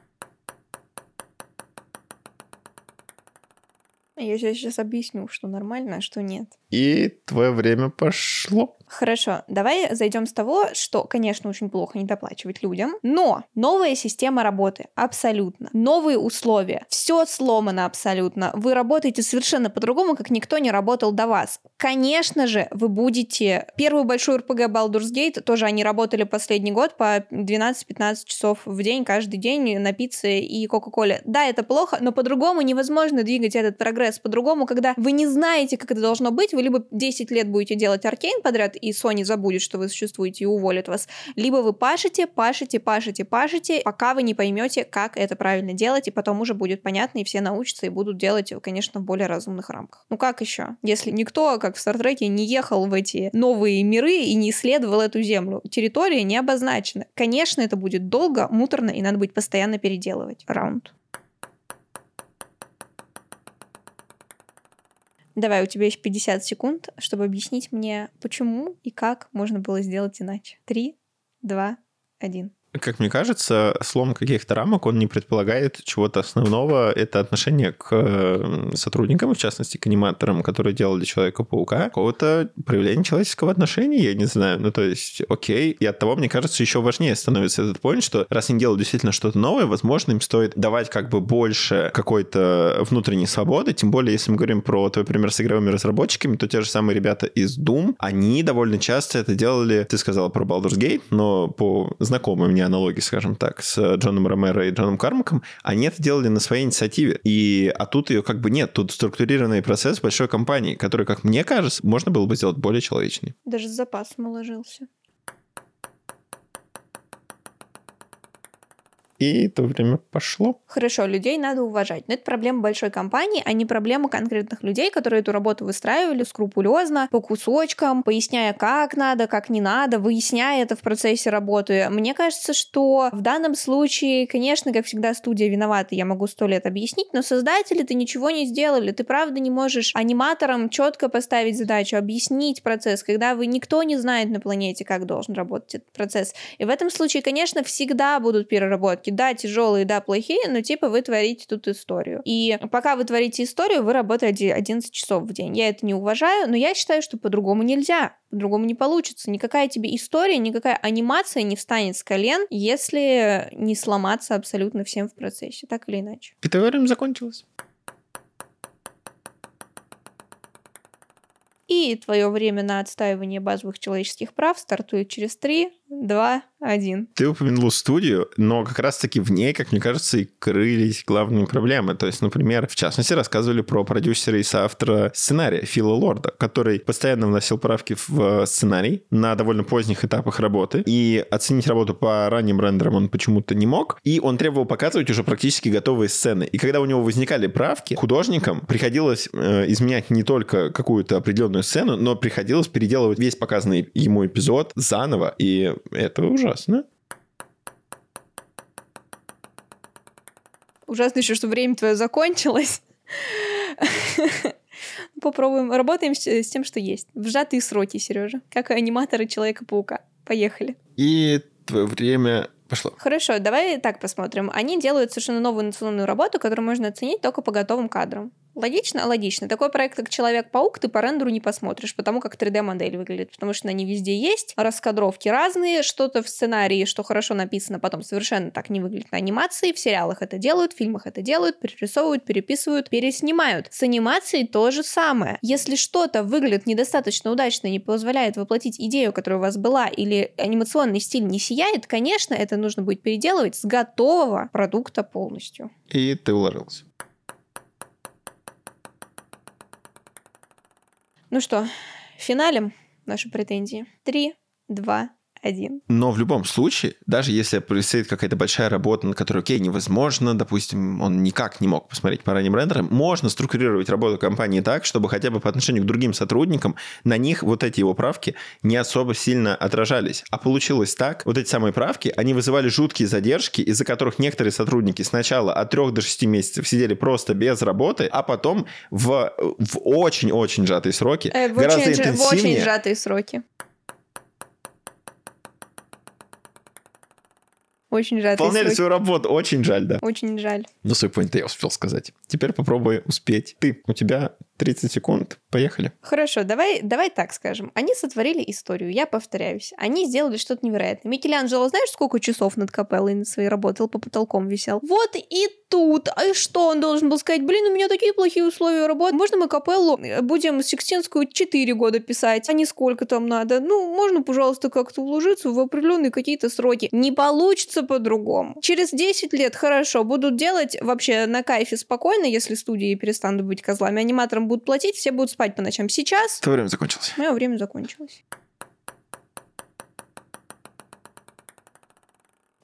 [SPEAKER 1] Я сейчас объясню, что нормально, а что нет.
[SPEAKER 2] И твое время пошло.
[SPEAKER 1] Хорошо, давай зайдем с того, что, конечно, очень плохо недоплачивать людям, но новая система работы абсолютно, новые условия, все сломано абсолютно, вы работаете совершенно по-другому, как никто не работал до вас. Конечно же, вы будете... Первую большую РПГ Baldur's Gate, тоже они работали последний год по 12-15 часов в день, каждый день на пицце и Кока-Коле. Да, это плохо, но по-другому невозможно двигать этот прогресс, по-другому, когда вы не знаете, как это должно быть, вы либо 10 лет будете делать Аркейн подряд, и Sony забудет, что вы существуете, и уволит вас, либо вы пашете, пока вы не поймете, как это правильно делать, и потом уже будет понятно, и все научатся, и будут делать, конечно, в более разумных рамках. Ну как еще? Если никто, как в Стартреке, не ехал в эти новые миры и не исследовал эту землю, территория не обозначена. Конечно, это будет долго, муторно, и надо будет постоянно переделывать. Раунд. Давай, у тебя есть 50 секунд, чтобы объяснить мне, почему и как можно было сделать иначе. 3, 2, 1.
[SPEAKER 2] Как мне кажется, слом каких-то рамок, он не предполагает чего-то основного. Это отношение к сотрудникам, в частности, к аниматорам, которые делали Человека-паука, какого-то проявления человеческого отношения, я не знаю. Ну, то есть, окей. И оттого, мне кажется, еще важнее становится этот point, что раз они делают действительно что-то новое, возможно, им стоит давать как бы больше какой-то внутренней свободы. Тем более, если мы говорим про твой пример с игровыми разработчиками, то те же самые ребята из Doom, они довольно часто это делали, ты сказала про Baldur's Gate, но по знакомой мне аналогии, скажем так, с Джоном Ромеро и Джоном Кармаком, они это делали на своей инициативе. А тут ее как бы нет. Тут структурированный процесс большой компании, который, как мне кажется, можно было бы сделать более человечный.
[SPEAKER 1] Даже с запасом уложился.
[SPEAKER 2] И то время пошло.
[SPEAKER 1] Хорошо, людей надо уважать. Но это проблема большой компании, а не проблема конкретных людей, которые эту работу выстраивали скрупулезно, по кусочкам, поясняя, как надо, как не надо, выясняя это в процессе работы. Мне кажется, что в данном случае, конечно, как всегда, студия виновата, я могу 100 лет объяснить, но создатели-то ничего не сделали. Ты правда не можешь аниматорам четко поставить задачу, объяснить процесс, когда никто не знает на планете, как должен работать этот процесс. И в этом случае, конечно, всегда будут переработки. Да, тяжелые, да, плохие, но типа вы творите тут историю. И пока вы творите историю, вы работаете 11 часов в день. Я это не уважаю, но я считаю, что по-другому нельзя. По-другому не получится. Никакая тебе история, никакая анимация не встанет с колен, если не сломаться абсолютно всем в процессе, так или иначе.
[SPEAKER 2] Это время закончилось.
[SPEAKER 1] И твое время на отстаивание базовых человеческих прав стартует через 3, 2, 1.
[SPEAKER 2] Ты упомянул студию, но как раз-таки в ней, как мне кажется, и крылись главные проблемы. То есть, например, в частности, рассказывали про продюсера и соавтора сценария Фила Лорда, который постоянно вносил правки в сценарий на довольно поздних этапах работы, и оценить работу по ранним рендерам он почему-то не мог, и он требовал показывать уже практически готовые сцены. И когда у него возникали правки, художникам приходилось изменять не только какую-то определенную сцену, но приходилось переделывать весь показанный ему эпизод заново, и это ужасно.
[SPEAKER 1] Ужасно еще, что время твое закончилось. Попробуем. Работаем с тем, что есть. В сжатые сроки, Сережа. Как и аниматоры Человека-паука. Поехали.
[SPEAKER 2] И твое время пошло.
[SPEAKER 1] Хорошо, давай так посмотрим. Они делают совершенно новую национальную работу, которую можно оценить только по готовым кадрам. Логично? Логично. Такой проект, как Человек-паук, ты по рендеру не посмотришь, потому как 3D-модель выглядит, потому что они везде есть, раскадровки разные, что-то в сценарии, что хорошо написано, потом совершенно так не выглядит на анимации. В сериалах это делают, в фильмах это делают, перерисовывают, переписывают, переснимают. С анимацией то же самое. Если что-то выглядит недостаточно удачно и не позволяет воплотить идею, которая у вас была, или анимационный стиль не сияет, конечно, это нужно будет переделывать с готового продукта полностью.
[SPEAKER 2] И ты уложился.
[SPEAKER 1] Ну что, финалем наши претензии. 3, 2, 1.
[SPEAKER 2] Но в любом случае, даже если предстоит какая-то большая работа, на которую, окей, невозможно, допустим, он никак не мог посмотреть по ранним рендерам, можно структурировать работу компании так, чтобы хотя бы по отношению к другим сотрудникам на них вот эти его правки не особо сильно отражались. А получилось так, вот эти самые правки, они вызывали жуткие задержки, из-за которых некоторые сотрудники сначала от 3 до 6 месяцев сидели просто без работы, а потом в очень-очень сжатые сроки, гораздо интенсивнее.
[SPEAKER 1] В очень сжатые сроки. Очень сжатые сроки.
[SPEAKER 2] Выполняли свою работу, очень жаль, да.
[SPEAKER 1] Очень жаль.
[SPEAKER 2] Ну, свой поинт я успел сказать. Теперь попробуй успеть. У тебя 30 секунд. Поехали.
[SPEAKER 1] Хорошо, давай так скажем. Они сотворили историю, я повторяюсь. Они сделали что-то невероятное. Микеланджело, знаешь, сколько часов над капеллой на своей работал, по потолкам висел? Вот и тут. А что он должен был сказать? Блин, у меня такие плохие условия работы. Можно мы капеллу будем Сикстинскую 4 года писать, а не сколько там надо? Ну, можно, пожалуйста, как-то уложиться в определенные какие-то сроки. Не получится по-другому. Через 10 лет, хорошо, будут делать вообще на кайфе спокойно, если студии перестанут быть козлами. Аниматорам будут платить, все будут спать по ночам. Сейчас...
[SPEAKER 2] Твое время закончилось.
[SPEAKER 1] Мое время закончилось.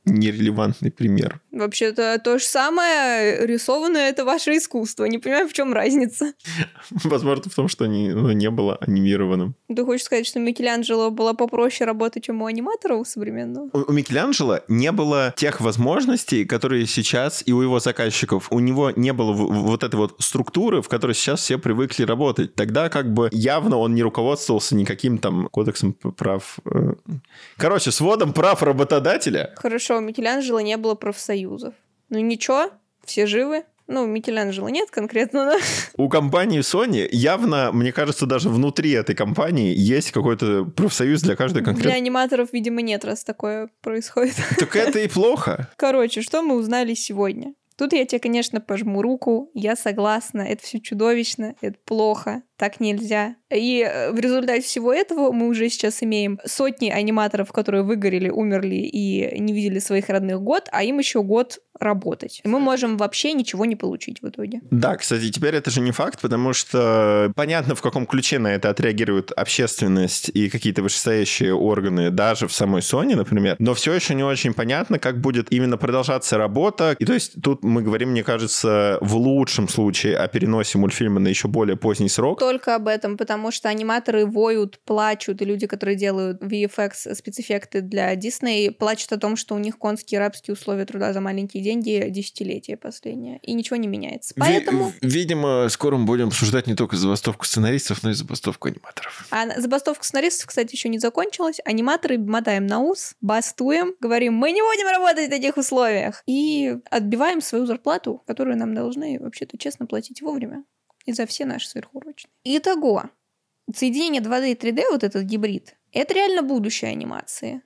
[SPEAKER 2] нерелевантный пример.
[SPEAKER 1] Вообще-то то же самое, рисованное — это ваше искусство. Не понимаю, в чем разница.
[SPEAKER 2] Возможно, в том, что оно не было анимированным.
[SPEAKER 1] Ты хочешь сказать, что Микеланджело было попроще работать, чем у аниматора у современного?
[SPEAKER 2] У Микеланджело не было тех возможностей, которые сейчас и у его заказчиков. У него не было вот этой вот структуры, в которой сейчас все привыкли работать. Тогда как бы явно он не руководствовался никаким там кодексом прав... Короче, сводом прав работодателя.
[SPEAKER 1] Хорошо, у Микеланджело не было профсоюзов. Ну ничего, все живы. Ну, Микеланджело нет конкретно, да?
[SPEAKER 2] У компании Sony явно, мне кажется, даже внутри этой компании есть какой-то профсоюз для каждой конкретной...
[SPEAKER 1] Для аниматоров, видимо, нет, раз такое происходит.
[SPEAKER 2] Так это и плохо.
[SPEAKER 1] Короче, что мы узнали сегодня? Тут я тебе, конечно, пожму руку, я согласна, это все чудовищно, это плохо, так нельзя. И в результате всего этого мы уже сейчас имеем сотни аниматоров, которые выгорели, умерли и не видели своих родных год, а им еще год работать. И мы можем вообще ничего не получить в итоге.
[SPEAKER 2] Да, кстати, теперь это же не факт, потому что понятно, в каком ключе на это отреагирует общественность и какие-то вышестоящие органы, даже в самой Sony, например, но все еще не очень понятно, как будет именно продолжаться работа. И то есть тут мы говорим, мне кажется, в лучшем случае о переносе мультфильма на еще более поздний срок.
[SPEAKER 1] Только об этом, потому что аниматоры воют, плачут, и люди, которые делают VFX, спецэффекты для Disney, плачут о том, что у них конские рабские условия труда за маленькие деньги десятилетия последнее, и ничего не меняется. Поэтому...
[SPEAKER 2] Видимо, скоро мы будем обсуждать не только забастовку сценаристов, но и забастовку аниматоров.
[SPEAKER 1] А забастовка сценаристов, кстати, еще не закончилась. Аниматоры мотаем на ус, бастуем, говорим, мы не будем работать в таких условиях, и отбиваем свою зарплату, которую нам должны вообще-то честно платить вовремя. И за все наши сверхурочные. Итого, соединение 2D и 3D, вот этот гибрид, это реально будущее анимации.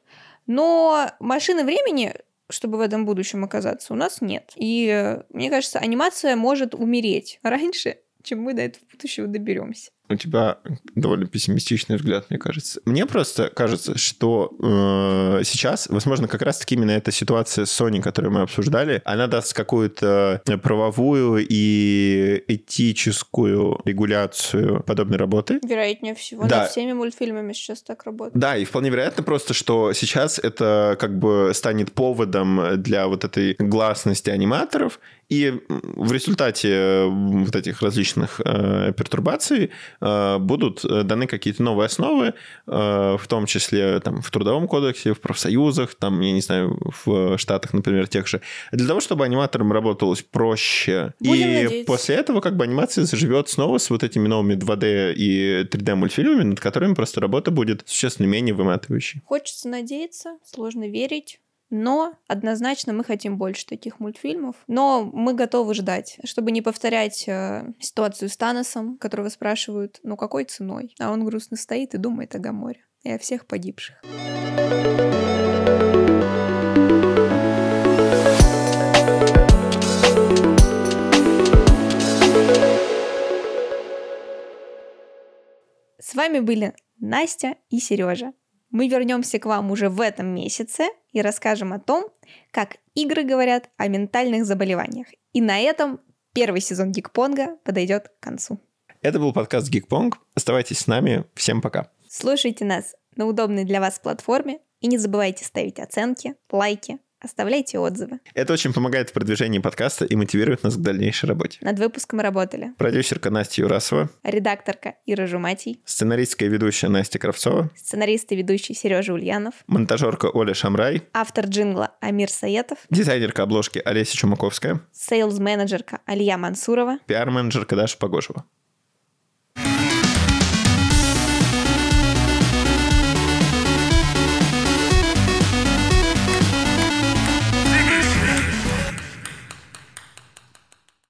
[SPEAKER 1] Но машины времени, чтобы в этом будущем оказаться, у нас нет. И мне кажется, анимация может умереть раньше, чем мы до этого будущего доберемся.
[SPEAKER 2] У тебя довольно пессимистичный взгляд, мне кажется. Мне просто кажется, что сейчас, возможно, как раз-таки именно эта ситуация с Sony, которую мы обсуждали, она даст какую-то правовую и этическую регуляцию подобной работы.
[SPEAKER 1] Вероятнее всего.
[SPEAKER 2] Да.
[SPEAKER 1] Над всеми мультфильмами сейчас так работает.
[SPEAKER 2] Да, и вполне вероятно просто, что сейчас это как бы станет поводом для вот этой гласности аниматоров, и в результате вот этих различных пертурбаций будут даны какие-то новые основы, в том числе там, в Трудовом кодексе, в профсоюзах, там, я не знаю, в Штатах, например, тех же, для того, чтобы аниматорам работалось проще.
[SPEAKER 1] Будем
[SPEAKER 2] и
[SPEAKER 1] надеяться.
[SPEAKER 2] После этого как бы анимация заживет снова с вот этими новыми 2D и 3D мультфильмами, над которыми просто работа будет существенно менее выматывающей.
[SPEAKER 1] Хочется надеяться, сложно верить. Но однозначно мы хотим больше таких мультфильмов. Но мы готовы ждать, чтобы не повторять ситуацию с Таносом, которого спрашивают, ну какой ценой? А он грустно стоит и думает о Гаморе и о всех погибших. С вами были Настя и Сережа. Мы вернемся к вам уже в этом месяце и расскажем о том, как игры говорят о ментальных заболеваниях. И на этом первый сезон Гикпонга подойдет к концу.
[SPEAKER 2] Это был подкаст Гикпонг. Оставайтесь с нами. Всем пока.
[SPEAKER 1] Слушайте нас на удобной для вас платформе и не забывайте ставить оценки, лайки, оставляйте отзывы.
[SPEAKER 2] Это очень помогает в продвижении подкаста и мотивирует нас к дальнейшей работе.
[SPEAKER 1] Над выпуском работали
[SPEAKER 2] Продюсерка Настя Юрасова,
[SPEAKER 1] редакторка Ира Жуматий,
[SPEAKER 2] сценаристка и ведущая Настя Кравцова,
[SPEAKER 1] сценарист и ведущий Сережа Ульянов,
[SPEAKER 2] монтажерка Оля Шамрай,
[SPEAKER 1] автор джингла Амир Саетов,
[SPEAKER 2] дизайнерка обложки Олеся Чумаковская,
[SPEAKER 1] сейлз-менеджерка Алия Мансурова,
[SPEAKER 2] пиар-менеджерка Даша Погожева.